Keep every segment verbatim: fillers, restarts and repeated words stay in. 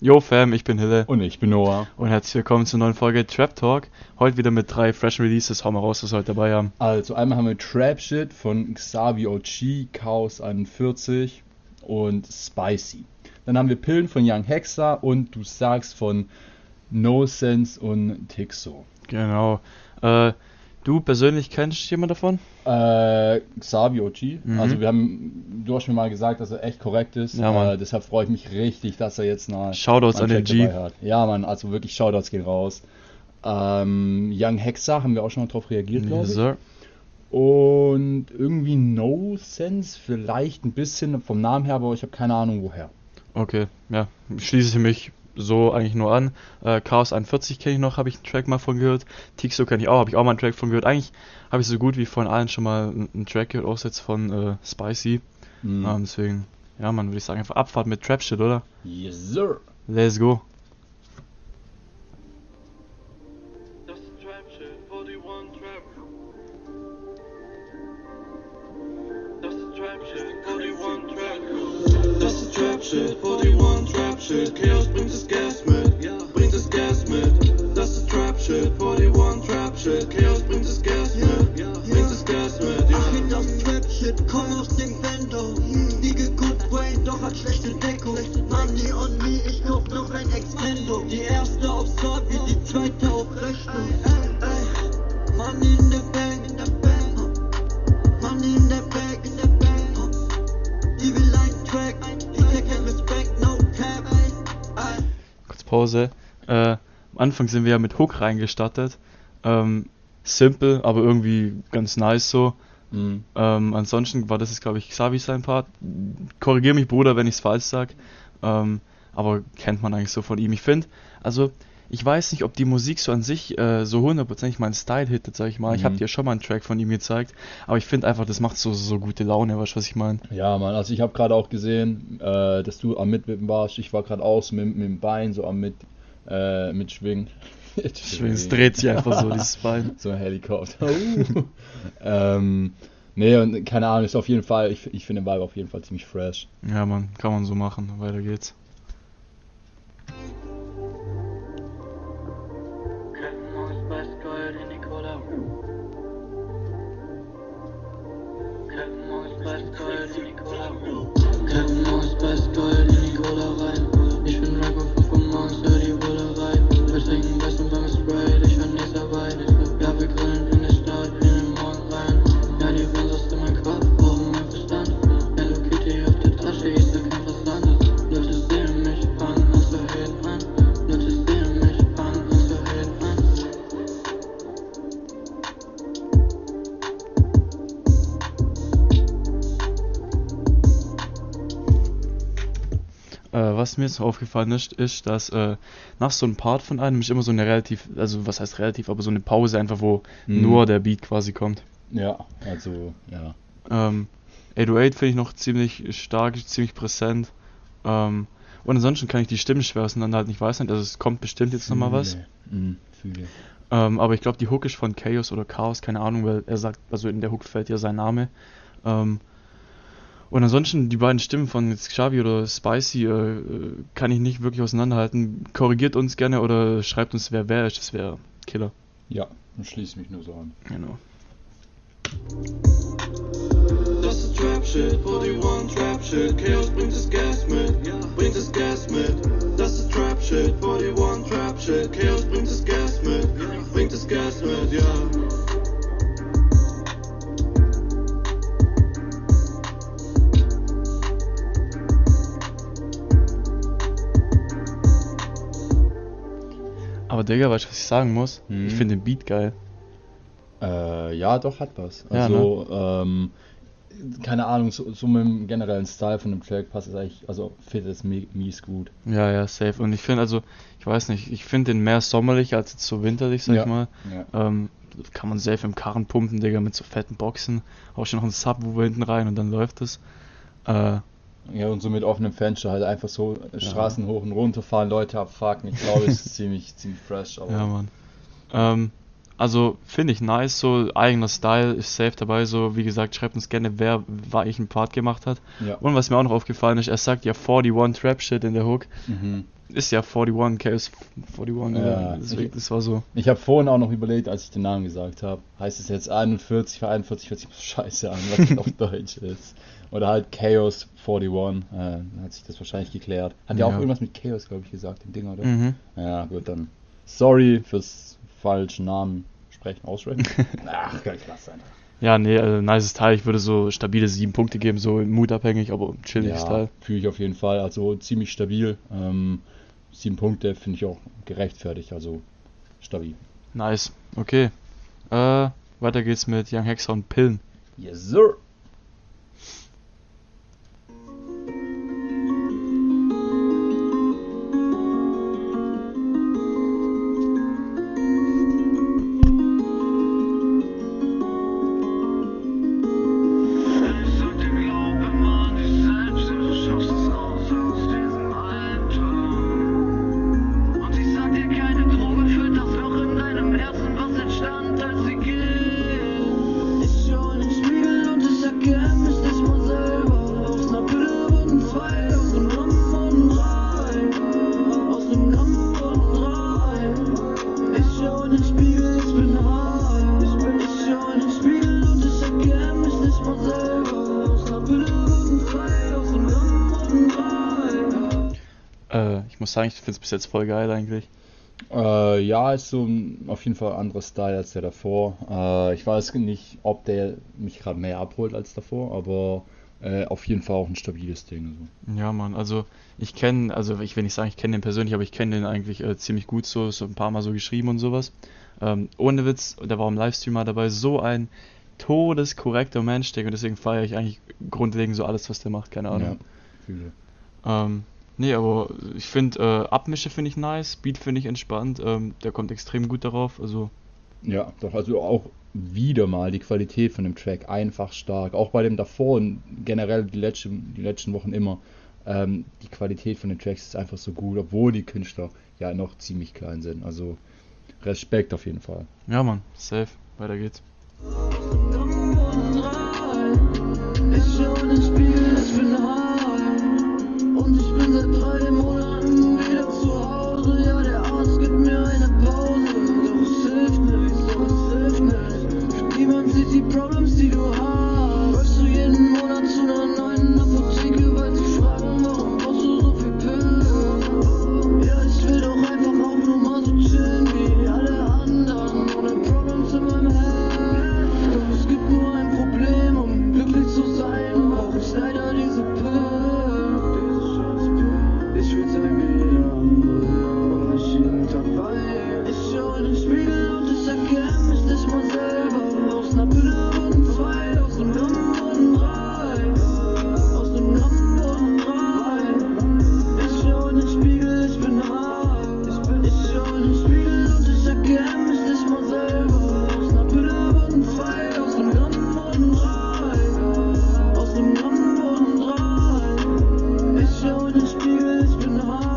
Yo Fam, ich bin Hille. Und ich bin Noah. Und herzlich willkommen zur neuen Folge Trap Talk. Heute wieder mit drei freshen Releases. Hau mal raus, was wir heute dabei haben. Also einmal haben wir Trap Shit von Xavi O G, Chaos einundvierzig und Spicy. Dann haben wir Pillen von Young Hexa und Du sagst von No Sense und Tixo. Genau. Äh, du persönlich kennst jemand davon? Äh, Xavi O G. Mhm. Also wir haben, du hast mir mal gesagt, dass er echt korrekt ist. Ja, Mann. Äh, deshalb freue ich mich richtig, dass er jetzt eine Shoutouts an den G. Hat. Ja, Mann, also wirklich Shoutouts gehen raus. Ähm, Young Hexa haben wir auch schon mal drauf reagiert, glaube Yes, ich. sir. Und irgendwie No Sense, vielleicht ein bisschen vom Namen her, aber ich habe keine Ahnung woher. Okay, ja. Schließe ich mich so eigentlich nur an. Äh, Chaos einundvierzig kenne ich noch, habe ich einen Track mal von gehört. Tixo kenne ich auch, habe ich auch mal einen Track von gehört. Eigentlich habe ich so gut wie von allen schon mal einen, einen Track gehört, auch jetzt von äh, Spicy. Mhm. Ähm, deswegen, ja man, würde ich sagen, einfach Abfahrt mit Trap Shit, oder? Yes, sir. Let's go. Das ist Trap Shit, einundvierzig Trap. Das ist Trap Shit, einundvierzig Trap. Das ist Trap Shit, einundvierzig Trap Shit. Chaos bringt das Gas mit, bringt das Gas mit. Das ist Trap Shit, einundvierzig Trap Shit. Chaos bringt das Gas mit, bringt das Gas mit. Ich bin das Trap-Shit, komm aus dem Bando. Wiege Good Brain, doch hat schlechte Deckung. Money on me, ich kauf noch ein Extendo. Die erste auf Sorge, die zweite auf Rechnung. Money in the bank, in the bank. Money in the bank, in the bank. Die will ein Track, ich krieg kein Respekt, no cap. Kurz Pause. Äh, am Anfang sind wir ja mit Hook reingestartet. Ähm, simple, aber irgendwie ganz nice so. Mhm. Ähm, ansonsten war das jetzt, glaube ich, Xavi sein Part. Korrigier mich, Bruder, wenn ich es falsch sag. Ähm, aber kennt man eigentlich so von ihm. Ich finde, also, ich weiß nicht, ob die Musik so an sich äh, so hundertprozentig meinen Style hittet, sag ich mal. Ich Mhm. habe dir schon mal einen Track von ihm gezeigt. Aber ich finde einfach, das macht so, so gute Laune, weißt du, was ich meine? Ja, Mann, also ich habe gerade auch gesehen, äh, dass du am Mitwippen warst. Ich war gerade aus mit, mit dem Bein so am mit, äh, mitschwingen. Schwingen, es dreht sich einfach so, dieses Bein. So ein Helikopter. Uh. ähm, nee, und keine Ahnung, ist auf jeden Fall, ich, ich finde den Vibe auf jeden Fall ziemlich fresh. Ja, Mann, kann man so machen. Weiter geht's. Captain aus Best Gold in die Cola. Captain aus Best Gold in die Cola. Captain aus Best Gold in die Cola rein. Ich bin Rapper fünf Uhr morgens, hör die Bullerei. Wir trinken West und beim Spray, ich bin nicht dabei. Ja, wir grillen in der Stadt, in den Morgen rein. Ja, die Fans aus in meinem Kopf, brauchen mein Verstand. Hello Kitty auf der Tasche, ich sag kein Versand. Leute sehen mich, fangen an zu haten an. Leute sehen mich, fangen an zu haten an. Äh, was mir jetzt aufgefallen ist, ist, dass äh, nach so einem Part von einem ist immer so eine relativ, also was heißt relativ, aber so eine Pause einfach, wo Mhm. nur der Beat quasi kommt. Ja, also, ja. Ähm, acht null acht finde ich noch ziemlich stark, ziemlich präsent. Ähm, und ansonsten kann ich die Stimmen schwer auseinanderhalten, ich weiß nicht, also es kommt bestimmt jetzt nochmal was. Mhm, fühle. Ähm, aber ich glaube, die Hook ist von Chaos oder Chaos, keine Ahnung, weil er sagt, also in der Hook fällt ja sein Name. Ähm, und ansonsten die beiden Stimmen von jetzt Xavi oder Spicy äh, äh, kann ich nicht wirklich auseinanderhalten. Korrigiert uns gerne oder schreibt uns, wer wer ist, das wäre Killer. Ja, und schließe mich nur so an. Genau. Das ist Trap Shit, einundvierzig Trap Shit. Chaos bringt das Gas mit, bringt das Gas mit. Das ist Trap Shit, einundvierzig Trap Shit. Chaos bringt das Gas mit, bringt das Gas mit, ja. Aber Digga, weißt du, was ich sagen muss? Mhm. Ich finde den Beat geil. Äh, ja, doch, hat was. Ja, Also, ähm, keine Ahnung, so, so mit dem generellen Style von dem Track passt es eigentlich, also fit es mi- mies gut. Ja, ja, safe. Und ich finde also, ich weiß nicht, ich finde den mehr sommerlich als jetzt so winterlich, sag Ja. ich mal. Ja. Ähm, kann man safe im Karren pumpen, Digga, mit so fetten Boxen. Auch schon noch ein Subwoofer hinten rein und dann läuft es. Äh, Ja, und so mit offenem Fenster halt einfach so Straßen hoch und runter fahren, Leute abfucken. Ich glaube, es ist ziemlich, ziemlich fresh. Aber ja, Mann. Ähm, Also finde ich nice, so eigener Style ist safe dabei, so wie gesagt, schreibt uns gerne, wer war ich einen Part gemacht hat. Ja. Und was mir auch noch aufgefallen ist, er sagt ja einundvierzig Trap Shit in der Hook. Mhm. ist ja einundvierzig, Chaos einundvierzig, Ja, ja, deswegen, ich- das war so. Ich habe vorhin auch noch überlegt, als ich den Namen gesagt habe, heißt es jetzt einundvierzig, für einundvierzig hört sich so scheiße an, was das auf Deutsch ist. Oder halt Chaos einundvierzig, äh, dann hat sich das wahrscheinlich geklärt. Hat ja auch Ja. irgendwas mit Chaos, glaube ich, gesagt, im Ding, oder? Mhm. Ja, gut, dann sorry fürs falschen Namen sprechen, aussprechen. Ach, geil, klasse einfach. Ja, nee, äh, nices Teil. Ich würde so stabile sieben Punkte geben, so mutabhängig, aber chilliges Ja, Teil. fühle ich auf jeden Fall, also ziemlich stabil. Ähm, sieben Punkte finde ich auch gerechtfertigt, also stabil. Nice. Okay. Äh, weiter geht's mit Young Hexer und Pillen. Yes, sir. Ich sollte glauben an dich selbst und du schaffst es raus aus diesem Albtraum. Und ich sag dir, keine Droge füllt das Loch in deinem Herzen, was entstand, als sie ging. Ich schau in den Spiegel und ich erkenn mich nicht mal selber. Aus ner Pille wurden zwei, aus dem Gramm wurden drei. Aus dem Gramm wurden drei. Ich schau in den Spiegel, ich bin high. Ich bin, ich schau in den Spiegel und ich erkenn mich nicht mal selber. Aus ner Pille wurden zwei, aus dem Gramm wurden drei. Äh, ich muss sagen, ich find's bis jetzt voll geil eigentlich. Äh, ja, ist so ein, auf jeden Fall ein anderer Style als der davor. Äh, ich weiß nicht, ob der mich gerade mehr abholt als davor, aber äh, auf jeden Fall auch ein stabiles Ding. So. Ja, Mann, also ich kenne, also ich will nicht sagen, ich kenne den persönlich, aber ich kenne den eigentlich äh, ziemlich gut so, so ein paar Mal so geschrieben und sowas. Ähm, ohne Witz, der war im Livestream mal dabei, so ein todeskorrekter Mensch, Digga, und deswegen feiere ich eigentlich grundlegend so alles, was der macht, keine Ahnung. Ja, fühle. Ähm, nee, aber ich finde, äh, Abmische finde ich nice, Beat finde ich entspannt, ähm, der kommt extrem gut darauf, also Ja, doch, also auch wieder mal die Qualität von dem Track einfach stark. Auch bei dem davor und generell die letzten, die letzten Wochen immer. Ähm, die Qualität von den Tracks ist einfach so gut, obwohl die Künstler ja noch ziemlich klein sind. Also Respekt auf jeden Fall. ja, Mann, safe, weiter geht's. Ich schau in den Spiegel, ich bin high. Und ich bin seit drei Monaten wieder zu Hause. Ja, der Arzt gibt mir eine Pause. Doch es hilft nicht, doch es hilft nicht. Niemand sieht die Problems, die du hast. Läufst du jeden Monat zu einer neuen Apotheke, weil sie fragen, warum brauchst du so viel Pillen? Ja, ich will doch einfach auch nur mal so chillen wie alle anderen. Ohne Problems in meinem Head. Doch es gibt nur ein Problem, um glücklich zu sein, brauch ich leider diese Pillen. Diese Scheißpillen. Ich will sein wie jeder andere, aber nicht jeden Tag bei dir. Ich schau in den Spiegel und ich erkenn mich nicht mal selber. Aus ner Pille wurden zwei, aus dem Gramm wurden drei. Aus dem Gramm wurden drei. Ich schau in den Spiegel, ich bin high. Ich bin, ich schau in den Spiegel und ich erkenn mich nicht mal selber. Aus ner Pille wurden zwei, aus dem Gramm wurden drei. Aus dem Gramm wurden drei. Ich schau in den Spiegel, ich bin high.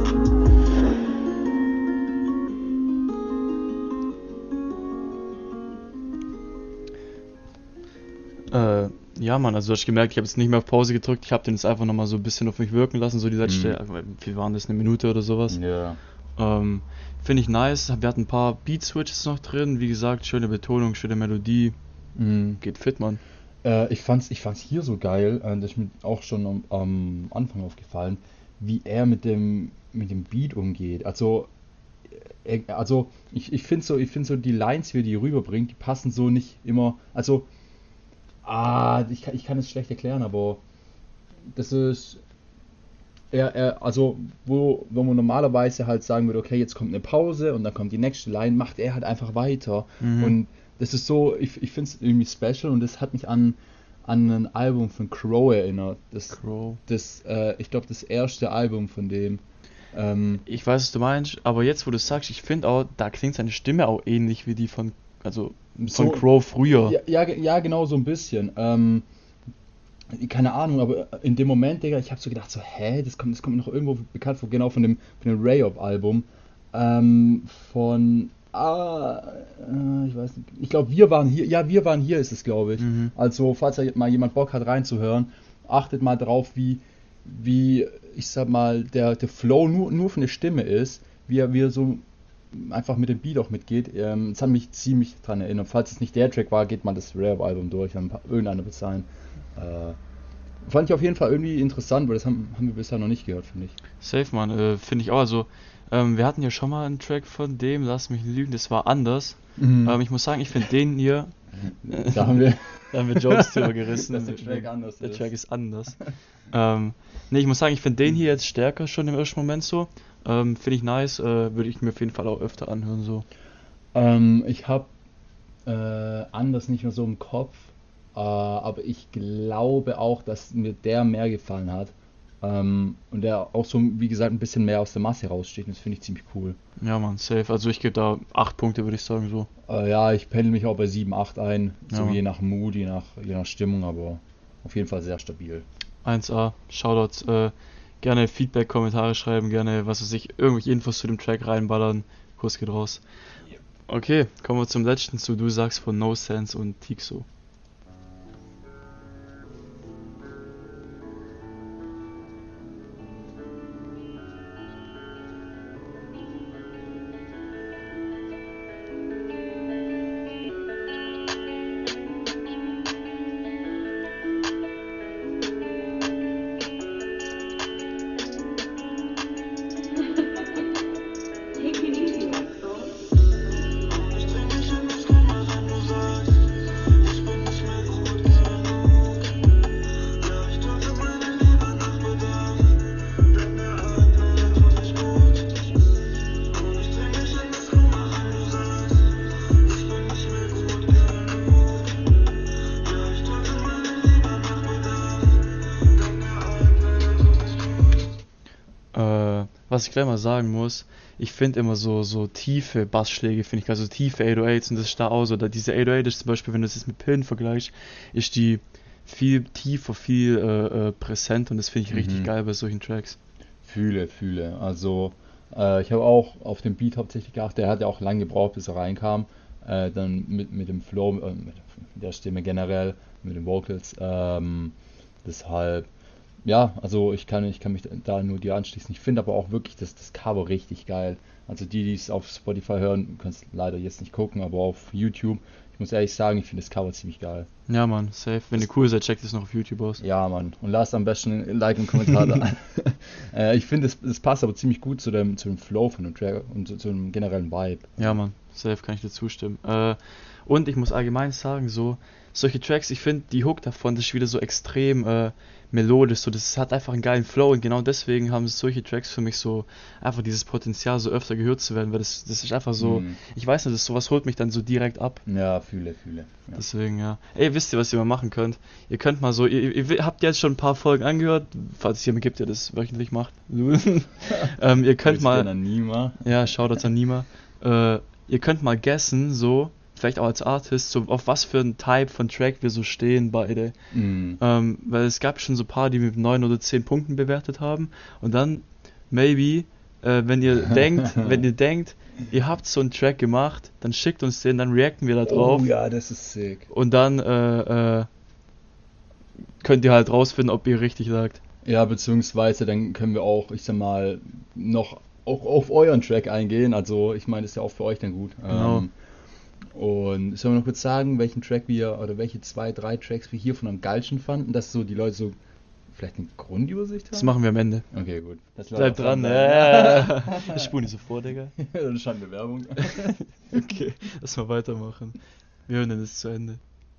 Äh, ja, Mann, also du hast gemerkt, ich habe jetzt nicht mehr auf Pause gedrückt, ich habe den jetzt einfach nochmal so ein bisschen auf mich wirken lassen, so die letzte, Mhm. äh, wie waren das, eine Minute oder sowas. Ja. Ähm, finde ich nice, wir hatten ein paar Beat-Switches noch drin, wie gesagt, schöne Betonung, schöne Melodie, Mhm. geht fit, Mann. Äh, ich fand's, ich fand's hier so geil, äh, das ist mir auch schon am, am Anfang aufgefallen, wie er mit dem, mit dem Beat umgeht. Also, äh, er, also ich, ich finde so, ich finde so die Lines, wie er die rüberbringt, die passen so nicht immer. Also, ah, ich kann, ich kann es schlecht erklären, aber das ist, er, er, also wo, wo man normalerweise halt sagen würde, okay, jetzt kommt eine Pause und dann kommt die nächste Line, macht er halt einfach weiter. Mhm. Und das ist so, ich, ich finde es irgendwie special und das hat mich an, an ein Album von Crow erinnert. Das, Crow. das äh, ich glaube, das erste Album von dem. Ähm, Ich weiß, was du meinst, aber jetzt, wo du sagst, ich finde auch, da klingt seine Stimme auch ähnlich wie die von, also von So- Crow früher. ja, ja, ge- ja, genau so ein bisschen. Ähm, keine Ahnung, aber in dem Moment, Digga, ich habe so gedacht, so, hä, das kommt, das kommt mir noch irgendwo bekannt vor, genau von dem, von dem Ray-Up-Album. Ähm, von, ah, äh, ich weiß nicht, ich glaube, wir waren hier, ja, wir waren hier ist es, glaube ich. Mhm. Also, falls da mal jemand Bock hat reinzuhören, achtet mal drauf, wie, wie, ich sag mal, der, der Flow nur, nur von der Stimme ist, wie er, wie er so einfach mit dem Beat auch mitgeht. Ähm, das hat mich ziemlich dran erinnert. Falls es nicht der Track war, geht mal das Rare-Album durch, dann irgendeiner wird sein. Äh, fand ich auf jeden Fall irgendwie interessant, weil das haben, haben wir bisher noch nicht gehört, finde ich. Safe, Mann, äh, finde ich auch. Also, ähm, wir hatten ja schon mal einen Track von dem, lass mich nicht lügen, das war anders. Mhm. Ähm, ich muss sagen, ich finde den hier, Da haben wir, da haben wir Jokes drüber gerissen. dass der Track anders Der ist. Track ist anders. ähm, ne, ich muss sagen, ich finde den hier jetzt stärker schon im ersten Moment so. Ähm, finde ich nice, äh, würde ich mir auf jeden Fall auch öfter anhören so. Ähm, ich habe äh, anders nicht mehr so im Kopf, äh, aber ich glaube auch, dass mir der mehr gefallen hat. Ähm, und der auch so, wie gesagt, ein bisschen mehr aus der Masse raussteht. Und das finde ich ziemlich cool. Ja, Mann, safe. Also ich gebe da acht Punkte, würde ich sagen so. Äh, ja, ich pendel mich auch bei sieben, acht ein, so Ja. je nach Mood, je nach, je nach Stimmung, aber auf jeden Fall sehr stabil. eins A, Shoutouts, äh, gerne Feedback, Kommentare schreiben, gerne, was weiß ich, irgendwelche Infos zu dem Track reinballern. Kurs geht raus. Okay, kommen wir zum letzten zu. Du sagst von No Sense und Tixo. Äh, was ich gleich mal sagen muss, ich finde immer so, so tiefe Bassschläge, finde ich, also tiefe acht null achts und das ist da auch so. Da diese acht null acht ist zum Beispiel, wenn du das jetzt mit Pillen vergleichst, ist die viel tiefer, viel äh, äh, präsent und das finde ich richtig Mhm. geil bei solchen Tracks. Fühle, fühle. Also, äh, ich habe auch auf den Beat hauptsächlich geachtet. Der hat ja auch lange gebraucht, bis er reinkam. Äh, dann mit, mit dem Flow, äh, mit der Stimme generell, mit den Vocals. Ähm, deshalb, ja, also ich kann, ich kann mich da nur dir anschließen. Ich finde aber auch wirklich das, das Cover richtig geil. Also die, die es auf Spotify hören, können es leider jetzt nicht gucken, aber auf YouTube, ich muss ehrlich sagen, ich finde das Cover ziemlich geil. Ja, Mann, safe. Wenn ihr cool seid, checkt es noch auf YouTube aus. Ja, Mann. Und lasst am besten ein Like und Kommentar da. äh, ich finde, es das passt aber ziemlich gut zu dem, zu dem Flow von dem Track und zu, zu dem generellen Vibe. Ja, Mann, safe kann ich dir zustimmen. Äh, und ich muss allgemein sagen, so, solche Tracks, ich finde, die Hook davon, das ist wieder so extrem äh, melodisch, so, das hat einfach einen geilen Flow und genau deswegen haben solche Tracks für mich so einfach dieses Potenzial, so öfter gehört zu werden, weil das, das ist einfach so, Mhm. ich weiß nicht, das, sowas holt mich dann so direkt ab. Ja, fühle, fühle. Ja. Deswegen, ja. Ey, wisst ihr, was ihr mal machen könnt? Ihr könnt mal so, ihr, ihr habt jetzt schon ein paar Folgen angehört, falls es jemand gibt, der das wöchentlich macht. ähm, ihr könnt Grüße mal, gehen an Nima. ja, Shoutouts an Nima. Äh, ihr könnt mal guessen, so, vielleicht auch als Artist, so auf was für ein Type von Track wir so stehen beide. Mhm. Ähm, weil es gab schon so ein paar, die mit neun oder zehn Punkten bewertet haben. Und dann, maybe, äh, wenn ihr denkt, wenn ihr denkt, ihr habt so einen Track gemacht, dann schickt uns den, dann reacten wir da drauf. Oh ja, das ist sick. Und dann äh, äh, könnt ihr halt rausfinden, ob ihr richtig sagt. Ja, beziehungsweise dann können wir auch, ich sag mal, noch auch auf euren Track eingehen. Also ich meine, das ist ja auch für euch dann gut. Genau. Ähm, und sollen wir noch kurz sagen, welchen Track wir, oder welche zwei, drei Tracks wir hiervon am geilsten fanden, dass so die Leute so vielleicht eine Grundübersicht haben? Das machen wir am Ende. Okay, gut. Das Bleib dran, ne? ne? Ich spule nicht so vor, Digga. Das ist schon eine Werbung. Okay, lass mal weitermachen. Wir hören dann das zu Ende.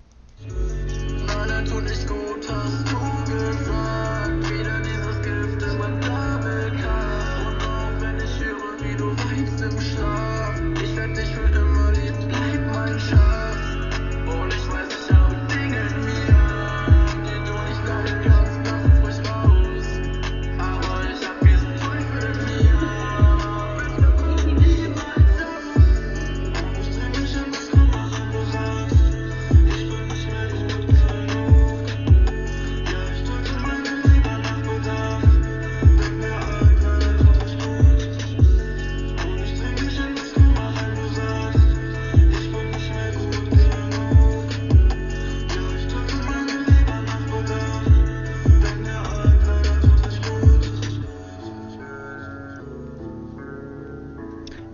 Nein, er tut nicht gut, hast du gesagt. Wieder dieses Gift in mein Nabelkast. Und auch wenn ich höre, wie du weinst im Schlaf, ich werd dich für immer lieben, bleib mein Schatz. Und ich weiß, ich habe Dinge in mir, die du nicht glauben kannst, lass es ruhig raus. Aber ich hab diesen Teufel in mir, mit mir kommt niemals ab. Ich dreh mich an das Hammer, wenn du sagst, ich bin nicht mehr gut genug. Ja, ich drücke meine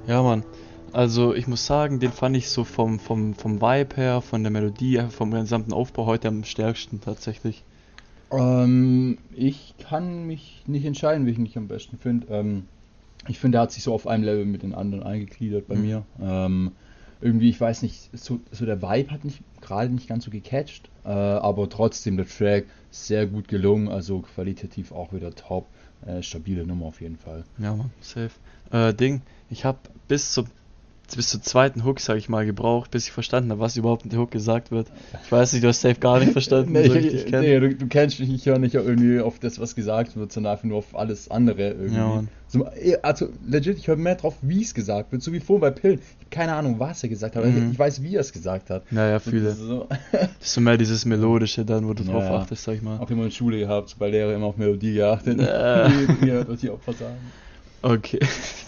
Ja, Mann. Also ich muss sagen, den fand ich so vom, vom, vom Vibe her, von der Melodie, einfach vom gesamten Aufbau heute am stärksten tatsächlich. Ähm, ich kann mich nicht entscheiden, welchen ich am besten finde. Ähm, ich finde, er hat sich so auf einem Level mit den anderen eingegliedert bei Mhm. mir. Ähm, irgendwie, ich weiß nicht, so, so der Vibe hat mich gerade nicht ganz so gecatcht, äh, aber trotzdem der Track sehr gut gelungen, also qualitativ auch wieder top. Äh, stabile Nummer auf jeden Fall. Ja, Mann, safe. Äh, Ding, ich habe bis zum bis zur zweiten Hook, sag ich mal, gebraucht, bis ich verstanden habe, was überhaupt in der Hook gesagt wird. Ich weiß nicht, du hast safe gar nicht verstanden, Nee, so ich, richtig kennen. nee du, du kennst mich, ich höre nicht irgendwie auf das, was gesagt wird, sondern einfach nur auf alles andere irgendwie. Ja, Mann. So, eh, also legit, ich höre mehr drauf, wie es gesagt wird, so wie vorhin bei Pillen. Ich habe keine Ahnung, was er gesagt hat, aber Mhm. ich, ich weiß, wie er es gesagt hat. Naja, viele. So, Das ist so mehr dieses Melodische dann, wo du drauf Ja. achtest, sag ich mal. auch immer in Schule gehabt, bei Lehrer immer auf Melodie geachtet. Äh. Ihr hört euch die Opfer sagen. Okay.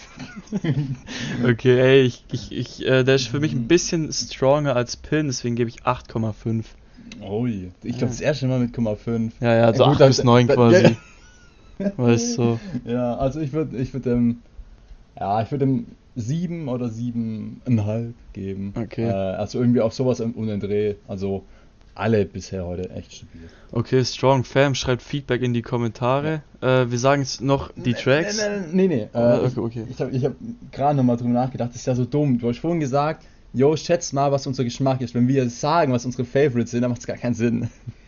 Okay, ey, ich, ich, ich, äh, der ist für mich ein bisschen stronger als Pin, deswegen gebe ich acht Komma fünf. Ui, ich glaube das erste Mal mit Komma fünf. Ja, ja, also Ja, gut, acht dann- bis neun dann- quasi. Weißt du, so. Ja, also ich würde ich würd dem, ja, ich würde dem sieben oder sieben Komma fünf geben. Okay. Äh, also irgendwie auf sowas um den Dreh. Also alle bisher heute echt stabil. Okay, Strong Fam, schreibt Feedback in die Kommentare. Äh, wir sagen jetzt noch die Tracks. Nee, nee, nee. Oh, Äh, okay, okay. Ich habe ich hab gerade nochmal drüber nachgedacht, das ist ja so dumm. Du hast vorhin gesagt, yo, schätzt mal, was unser Geschmack ist. Wenn wir jetzt sagen, was unsere Favorites sind, dann macht es gar keinen Sinn.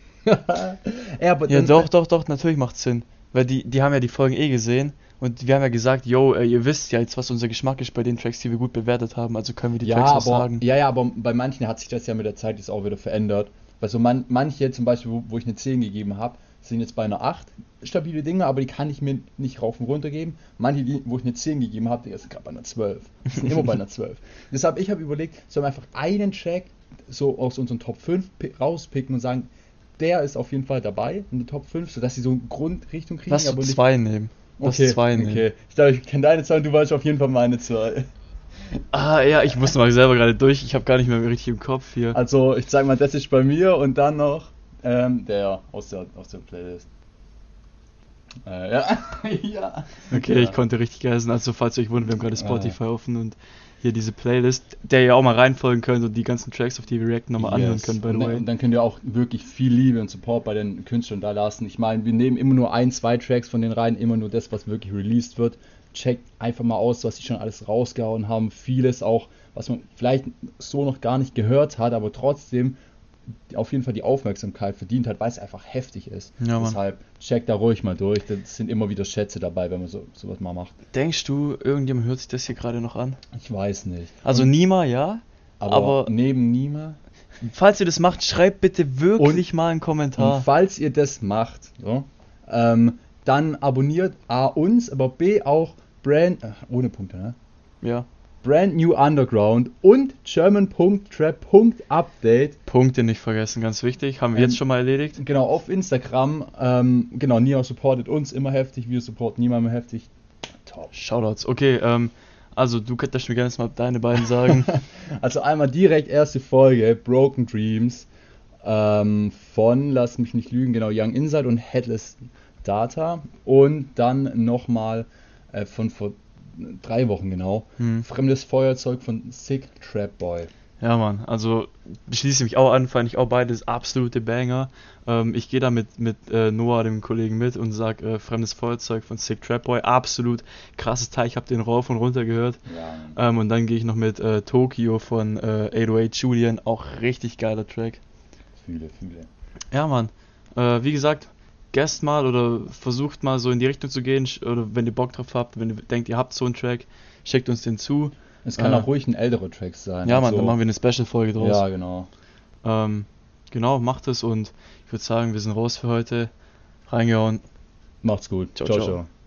ja, aber Ja, dann- doch, doch, doch, natürlich macht's Sinn. Weil die, die haben ja die Folgen eh gesehen und wir haben ja gesagt, yo, äh, ihr wisst ja jetzt, was unser Geschmack ist bei den Tracks, die wir gut bewertet haben, also können wir die Ja, Tracks auch aber, sagen. ja, ja, aber bei manchen hat sich das ja mit der Zeit jetzt auch wieder verändert. Weil so man, manche zum Beispiel, wo, wo ich eine zehn gegeben habe, sind jetzt bei einer acht stabile Dinge, aber die kann ich mir nicht rauf und runter geben. Manche, die, wo ich eine zehn gegeben habe, die sind gerade bei einer zwölf. Die sind immer bei einer zwölf. Deshalb, ich habe überlegt, sollen wir einfach einen Track so aus unseren Top fünf pi- rauspicken und sagen, der ist auf jeden Fall dabei in der Top fünf, sodass sie so eine Grundrichtung kriegen, Lass aber du nicht... zwei nehmen. Lass Okay, zwei nehmen. okay. Ich glaube, ich kenne deine zwei und du weißt auf jeden Fall meine zwei. Ah, ja, ich muss mal selber gerade durch, ich habe gar nicht mehr richtig im Kopf hier. Also, ich sag mal, das ist bei mir und dann noch ähm, der aus der, aus der Playlist. Äh, ja. ja. Okay, ja. ich konnte richtig geil sein. Also, falls ihr euch wundert, wir haben gerade Ah. Spotify offen und hier diese Playlist, der ihr auch mal reinfolgen könnt und die ganzen Tracks, auf die wir reacten, nochmal anhören Yes. könnt, by und, the dann- way. und dann könnt ihr auch wirklich viel Liebe und Support bei den Künstlern da lassen. Ich meine, wir nehmen immer nur ein, zwei Tracks von den rein, immer nur das, was wirklich released wird. Checkt einfach mal aus, was sie schon alles rausgehauen haben. Vieles auch, was man vielleicht so noch gar nicht gehört hat, aber trotzdem auf jeden Fall die Aufmerksamkeit verdient hat, weil es einfach heftig ist. Ja, Mann. Deshalb checkt da ruhig mal durch. Das sind immer wieder Schätze dabei, wenn man so sowas mal macht. Denkst du, irgendjemand hört sich das hier gerade noch an? Ich weiß nicht. Also, Nima, ja. Aber, aber- neben Nima. Falls ihr das macht, schreibt bitte wirklich mal einen Kommentar. Und falls ihr das macht, so, ähm, dann abonniert A uns, aber B auch Brand, äh, ohne Punkte, ne? Ja. Brand New Underground und German.trap.update. Punkte nicht vergessen, ganz wichtig. Haben wir Ähm, jetzt schon mal erledigt. Genau, auf Instagram. Ähm, genau, Nia supportet uns immer heftig, wir supporten niemanden heftig. Top. Shoutouts. Okay, ähm, also du könntest mir gerne jetzt mal deine beiden sagen. Also einmal direkt erste Folge, Broken Dreams, ähm, von, lass mich nicht lügen, genau, Young Inside und Headless Data. Und dann nochmal äh, von vor drei Wochen genau, Hm. Fremdes Feuerzeug von Sick Trap Boy. Ja, Mann, also schließe mich auch an, fand ich auch beides absolute Banger. Ähm, ich gehe da mit, mit äh, Noah, dem Kollegen, mit und sag äh, Fremdes Feuerzeug von Sick Trap Boy, absolut krasses Teil, ich habe den rauf und runter gehört. Ja, Ähm, und dann gehe ich noch mit äh, Tokyo von äh, acht null acht Julian, auch richtig geiler Track. fühle, fühle. Ja, Mann, äh, wie gesagt, guest mal oder versucht mal so in die Richtung zu gehen, sch- oder wenn ihr Bock drauf habt, wenn ihr denkt, ihr habt so einen Track, schickt uns den zu. Es kann Äh, auch ruhig ein älterer Track sein. Ja, Mann, also- dann machen wir eine Special-Folge draus. Ja, genau. Ähm, genau, macht es und ich würde sagen, wir sind raus für heute. Reingehauen. Macht's gut. Ciao, ciao. ciao. ciao.